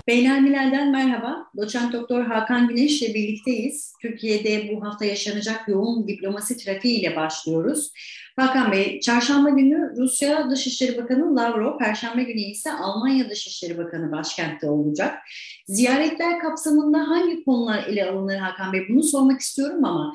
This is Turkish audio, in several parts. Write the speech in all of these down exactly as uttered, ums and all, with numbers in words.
Beylermiler'den merhaba. Doçent Doktor Hakan Güneş ile birlikteyiz. Türkiye'de bu hafta yaşanacak yoğun diplomasi trafiği ile başlıyoruz. Hakan Bey, Çarşamba günü Rusya Dışişleri Bakanı Lavrov, Perşembe günü ise Almanya Dışişleri Bakanı başkentte olacak. Ziyaretler kapsamında hangi konular ele alınır Hakan Bey? Bunu sormak istiyorum ama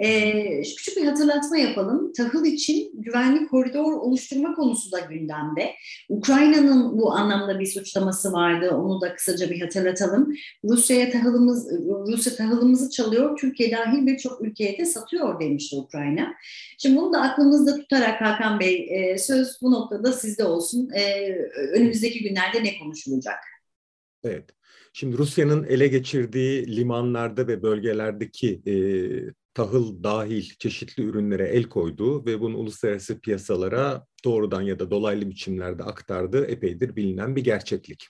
e, küçük bir hatırlatma yapalım. Tahıl için güvenlik koridor oluşturma konusu da gündemde. Ukrayna'nın bu anlamda bir suçlaması vardı. Onu da kısaca bir hatırlatalım. Rusya'ya tahılımız, Rusya tahılımızı çalıyor, Türkiye dahil birçok ülkeye de satıyor demişti Ukrayna. Şimdi bunu da aklımızda tutarak Hakan Bey, e, söz bu noktada sizde olsun. E, önümüzdeki günlerde ne konuşulacak? Evet. Şimdi Rusya'nın ele geçirdiği limanlarda ve bölgelerdeki e, tahıl dahil çeşitli ürünlere el koyduğu ve bunu uluslararası piyasalara doğrudan ya da dolaylı biçimlerde aktardığı epeydir bilinen bir gerçeklik.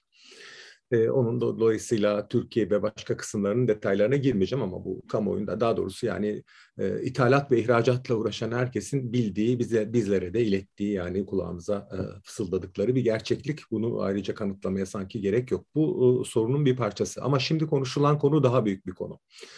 Ee, onun da, dolayısıyla Türkiye ve başka kısımlarının detaylarına girmeyeceğim ama bu kamuoyunda daha doğrusu yani e, ithalat ve ihracatla uğraşan herkesin bildiği, bize bizlere de ilettiği yani kulağımıza e, fısıldadıkları bir gerçeklik. Bunu ayrıca kanıtlamaya sanki gerek yok. Bu e, sorunun bir parçası ama şimdi konuşulan konu daha büyük bir konu.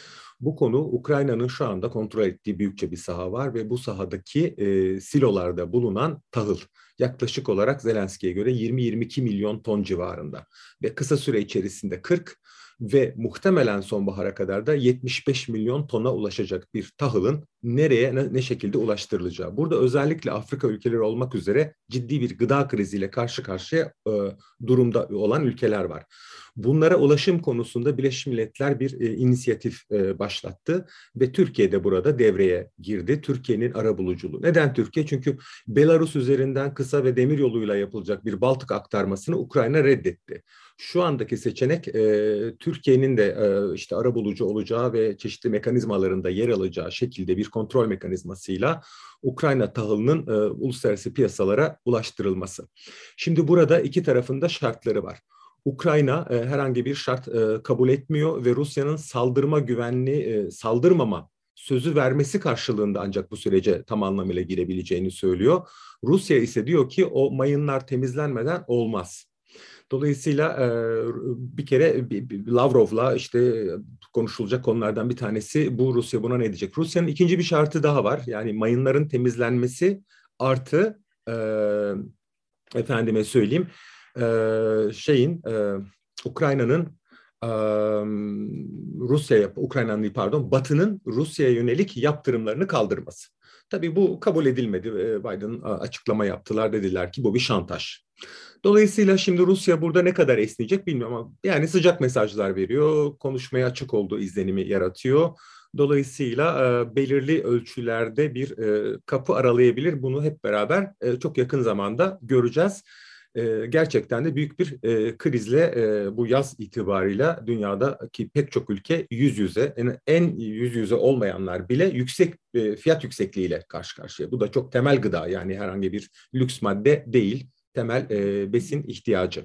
Bu konu Ukrayna'nın şu anda kontrol ettiği büyükçe bir saha var ve bu sahadaki e, silolarda bulunan tahıl yaklaşık olarak Zelenski'ye göre yirmi yirmi iki milyon ton civarında ve kısa süre içerisinde kırk ve muhtemelen sonbahara kadar da yetmiş beş milyon tona ulaşacak bir tahılın nereye ne, ne şekilde ulaştırılacağı. Burada özellikle Afrika ülkeleri olmak üzere ciddi bir gıda kriziyle karşı karşıya e, durumda olan ülkeler var. Bunlara ulaşım konusunda Birleşmiş Milletler bir e, inisiyatif e, başlattı ve Türkiye de burada devreye girdi. Türkiye'nin arabuluculuğu. Neden Türkiye? Çünkü Belarus üzerinden kısa ve demir yoluyla yapılacak bir Baltık aktarmasını Ukrayna reddetti. Şu andaki seçenek e, Türkiye'nin de e, işte arabulucu olacağı ve çeşitli mekanizmalarında yer alacağı şekilde bir kontrol mekanizmasıyla Ukrayna tahılının e, uluslararası piyasalara ulaştırılması. Şimdi burada iki tarafında şartları var. Ukrayna e, herhangi bir şart e, kabul etmiyor ve Rusya'nın saldırma güvenli e, saldırmama sözü vermesi karşılığında ancak bu sürece tam anlamıyla girebileceğini söylüyor. Rusya ise diyor ki o mayınlar temizlenmeden olmaz. Dolayısıyla e, bir kere Lavrov'la işte konuşulacak konulardan bir tanesi bu. Rusya buna ne diyecek? Rusya'nın ikinci bir şartı daha var. Yani mayınların temizlenmesi artı e, efendime söyleyeyim e, şeyin e, Ukrayna'nın e, Rusya'ya Ukrayna'nın değil pardon Batı'nın Rusya'ya yönelik yaptırımlarını kaldırması. Tabii bu kabul edilmedi. Biden açıklama yaptılar. Dediler ki bu bir şantaj. Dolayısıyla şimdi Rusya burada ne kadar esneyecek bilmiyorum ama yani sıcak mesajlar veriyor. Konuşmaya açık olduğu izlenimi yaratıyor. Dolayısıyla e, belirli ölçülerde bir e, kapı aralayabilir. Bunu hep beraber e, çok yakın zamanda göreceğiz. E, gerçekten de büyük bir e, krizle e, bu yaz itibarıyla dünyadaki pek çok ülke yüz yüze, en, en yüz yüze olmayanlar bile yüksek e, fiyat yüksekliğiyle karşı karşıya. Bu da çok temel gıda yani herhangi bir lüks madde değil, temel e, besin ihtiyacı.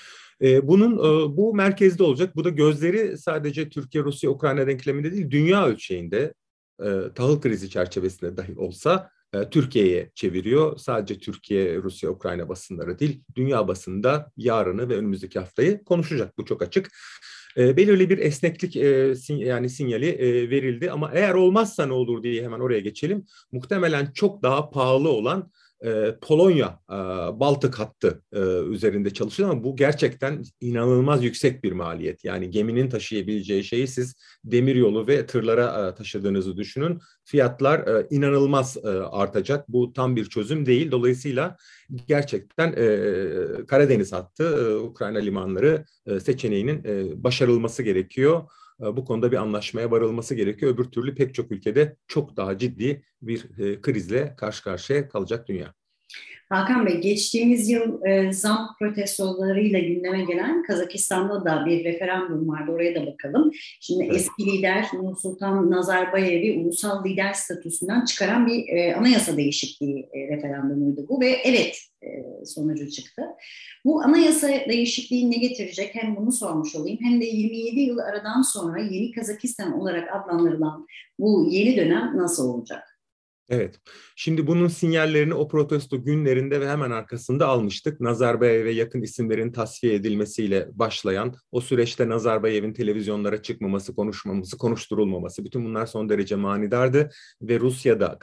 E, bunun e, bu merkezde olacak. Bu da gözleri sadece Türkiye, Rusya, Ukrayna denkleminde değil, dünya ölçeğinde e, tahıl krizi çerçevesinde dahi olsa e, Türkiye'ye çeviriyor. Sadece Türkiye, Rusya, Ukrayna basınları değil, dünya basında yarını ve önümüzdeki haftayı konuşacak. Bu çok açık. E, belirli bir esneklik e, sin, yani sinyali e, verildi ama eğer olmazsa ne olur diye hemen oraya geçelim. Muhtemelen çok daha pahalı olan e, Polonya e, Baltık hattı e, üzerinde çalışıyor ama bu gerçekten inanılmaz yüksek bir maliyet. Yani geminin taşıyabileceği şeyi siz demiryolu ve tırlara e, taşıdığınızı düşünün. Fiyatlar e, inanılmaz e, artacak. Bu tam bir çözüm değil. Dolayısıyla gerçekten e, Karadeniz hattı, e, Ukrayna limanları e, seçeneğinin e, başarılması gerekiyor. Bu konuda bir anlaşmaya varılması gerekiyor. Öbür türlü pek çok ülkede çok daha ciddi bir e, krizle karşı karşıya kalacak dünya. Hakan Bey, geçtiğimiz yıl e, zam protestolarıyla gündeme gelen Kazakistan'da da bir referandum vardı. Oraya da bakalım. Şimdi Evet. eski lider Nursultan Nazarbayev'i ulusal lider statüsünden çıkaran bir e, anayasa değişikliği e, referandumuydu bu ve evet e, sonucu çıktı. Bu anayasa değişikliği ne getirecek? Hem bunu sormuş olayım hem de yirmi yedi yıl aradan sonra yeni Kazakistan olarak adlandırılan bu yeni dönem nasıl olacak? Evet. Şimdi bunun sinyallerini o protesto günlerinde ve hemen arkasında almıştık. Nazarbayev'e yakın isimlerin tasfiye edilmesiyle başlayan, o süreçte Nazarbayev'in televizyonlara çıkmaması, konuşmaması, konuşturulmaması, bütün bunlar son derece manidardı ve Rusya'da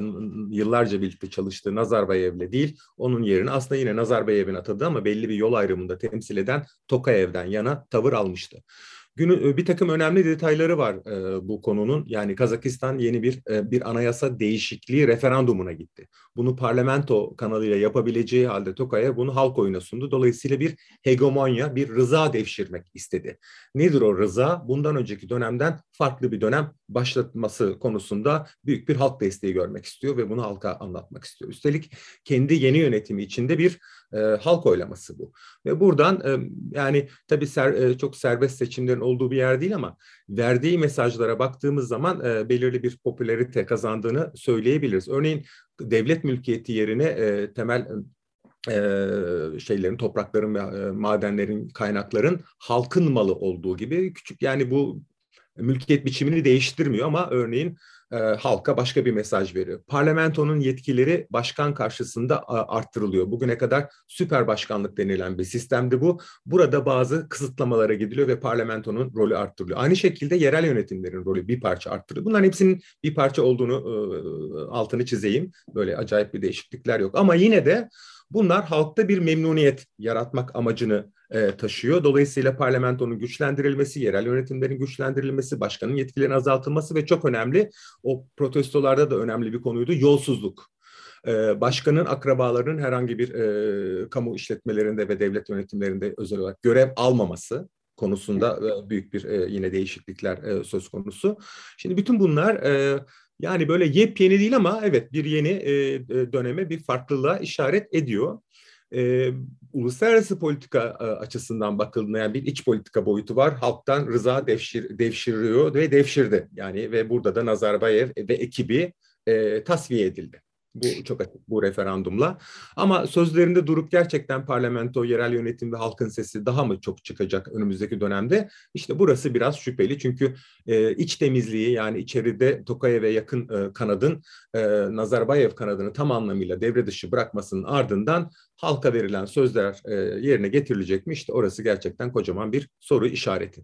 yıllarca birlikte çalıştığı Nazarbayev'le değil, onun yerine aslında yine Nazarbayev'in atadığı ama belli bir yol ayrımında temsil eden Tokayev'den yana tavır almıştı. Günün bir takım önemli detayları var e, bu konunun. Yani Kazakistan yeni bir e, bir anayasa değişikliği referandumuna gitti. Bunu parlamento kanalıyla yapabileceği halde Tokayev bunu halk oyuna sundu. Dolayısıyla bir hegemonya, bir rıza devşirmek istedi. Nedir o rıza? Bundan önceki dönemden farklı bir dönem başlatması konusunda büyük bir halk desteği görmek istiyor ve bunu halka anlatmak istiyor. Üstelik kendi yeni yönetimi içinde bir e, halk oylaması bu. Ve buradan e, yani tabii ser, e, çok serbest seçimlerin olduğu bir yer değil ama verdiği mesajlara baktığımız zaman e, belirli bir popülarite kazandığını söyleyebiliriz. Örneğin devlet mülkiyeti yerine e, temel e, şeylerin, toprakların ve e, madenlerin, kaynakların halkın malı olduğu gibi küçük, yani bu mülkiyet biçimini değiştirmiyor ama örneğin e, halka başka bir mesaj veriyor. Parlamentonun yetkileri başkan karşısında a, arttırılıyor. Bugüne kadar süper başkanlık denilen bir sistemdi bu. Burada bazı kısıtlamalara gidiliyor ve parlamentonun rolü arttırılıyor. Aynı şekilde yerel yönetimlerin rolü bir parça arttırılıyor. Bunların hepsinin bir parça olduğunu e, altını çizeyim. Böyle acayip bir değişiklikler yok. Ama yine de bunlar halkta bir memnuniyet yaratmak amacını e, taşıyor. Dolayısıyla parlamentonun güçlendirilmesi, yerel yönetimlerin güçlendirilmesi, başkanın yetkilerinin azaltılması ve çok önemli, o protestolarda da önemli bir konuydu, yolsuzluk. E, başkanın akrabalarının herhangi bir e, kamu işletmelerinde ve devlet yönetimlerinde özel olarak görev almaması konusunda e, büyük bir e, yine değişiklikler e, söz konusu. Şimdi bütün bunlar e, yani böyle yepyeni değil ama evet bir yeni e, döneme, bir farklılığa işaret ediyor. E, uluslararası politika e, açısından bakıldığında yani bir iç politika boyutu var. Halktan rıza devşir, devşiriyor ve devşirdi. Yani ve burada da Nazarbayev ve ekibi e, tasfiye edildi. Bu çok açık, bu referandumla. Ama sözlerinde durup gerçekten parlamento, yerel yönetim ve halkın sesi daha mı çok çıkacak önümüzdeki dönemde? İşte burası biraz şüpheli. Çünkü e, iç temizliği, yani içeride Tokayev'e yakın e, kanadın e, Nazarbayev kanadını tam anlamıyla devre dışı bırakmasının ardından halka verilen sözler e, yerine getirilecek mi? İşte orası gerçekten kocaman bir soru işareti.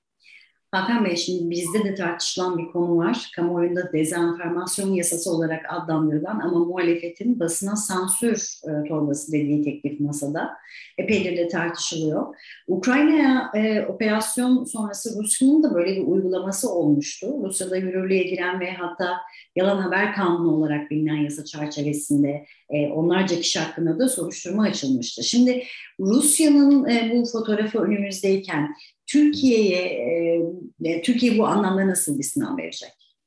Hakan Bey, şimdi bizde de tartışılan bir konu var. Kamuoyunda dezenformasyon yasası olarak adlandırılan ama muhalefetin basına sansür e, torbası dediği teklif masada. Epeydir de tartışılıyor. Ukrayna'ya e, operasyon sonrası Rusya'nın da böyle bir uygulaması olmuştu. Rusya'da yürürlüğe giren ve hatta yalan haber kanunu olarak bilinen yasa çerçevesinde e, onlarca kişi hakkında da soruşturma açılmıştı. Şimdi Rusya'nın e, bu fotoğrafı önümüzdeyken Türkiye'ye, e, Türkiye bu anlamda nasıl bir sınav verecek?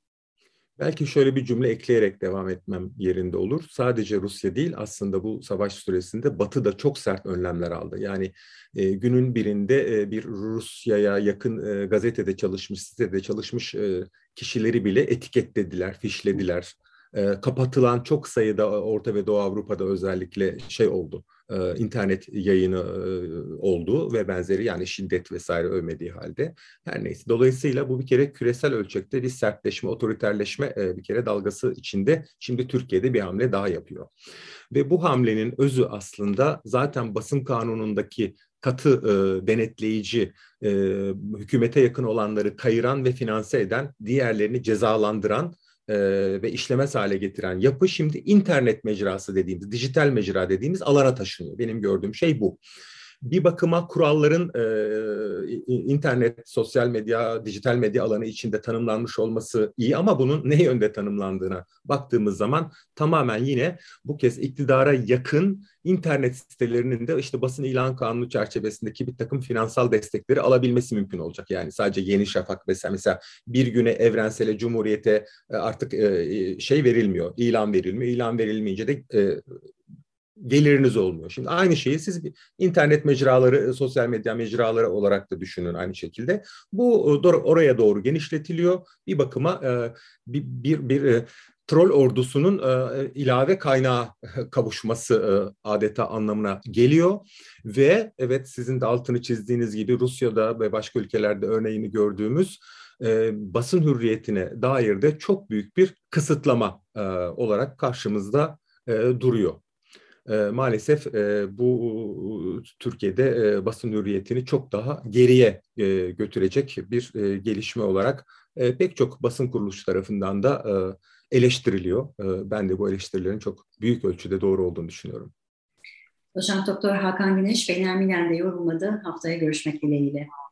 Belki şöyle bir cümle ekleyerek devam etmem yerinde olur. Sadece Rusya değil, aslında bu savaş süresinde Batı da çok sert önlemler aldı. Yani e, günün birinde e, bir Rusya'ya yakın e, gazetede çalışmış, sitede çalışmış e, kişileri bile etiketlediler, fişlediler. E, kapatılan çok sayıda Orta ve Doğu Avrupa'da özellikle şey oldu. E, internet yayını e, oldu ve benzeri, yani şiddet vesaire övmediği halde. Her neyse. Dolayısıyla bu bir kere küresel ölçekte bir sertleşme, otoriterleşme e, bir kere dalgası içinde. Şimdi Türkiye'de bir hamle daha yapıyor. Ve bu hamlenin özü aslında zaten basın kanunundaki katı e, denetleyici, e, hükümete yakın olanları kayıran ve finanse eden, diğerlerini cezalandıran e, ve işlemez hale getiren yapı şimdi internet mecrası dediğimiz, dijital mecra dediğimiz alana taşınıyor. Benim gördüğüm şey bu. Bir bakıma kuralların e, internet, sosyal medya, dijital medya alanı içinde tanımlanmış olması iyi ama bunun ne yönde tanımlandığına baktığımız zaman tamamen yine bu kez iktidara yakın internet sitelerinin de işte basın ilan kanunu çerçevesindeki bir takım finansal destekleri alabilmesi mümkün olacak. Yani sadece Yeni Şafak mesela, mesela bir güne, Evrensel'e, Cumhuriyet'e artık e, şey verilmiyor, ilan verilmiyor. İlan verilmeyince de e, geliriniz olmuyor. Şimdi aynı şeyi siz internet mecraları, sosyal medya mecraları olarak da düşünün aynı şekilde. Bu oraya doğru genişletiliyor. Bir bakıma bir, bir, bir troll ordusunun ilave kaynağı kavuşması adeta anlamına geliyor. Ve evet, sizin de altını çizdiğiniz gibi Rusya'da ve başka ülkelerde örneğini gördüğümüz e, basın hürriyetine dair de çok büyük bir kısıtlama e, olarak karşımızda e, duruyor. E, maalesef e, bu Türkiye'de e, basın hürriyetini çok daha geriye e, götürecek bir e, gelişme olarak e, pek çok basın kuruluşu tarafından da e, eleştiriliyor. E, ben de bu eleştirilerin çok büyük ölçüde doğru olduğunu düşünüyorum. Doçent Doktor Hakan Güneş, Beynel Milen'de yorumladı. Haftaya görüşmek dileğiyle.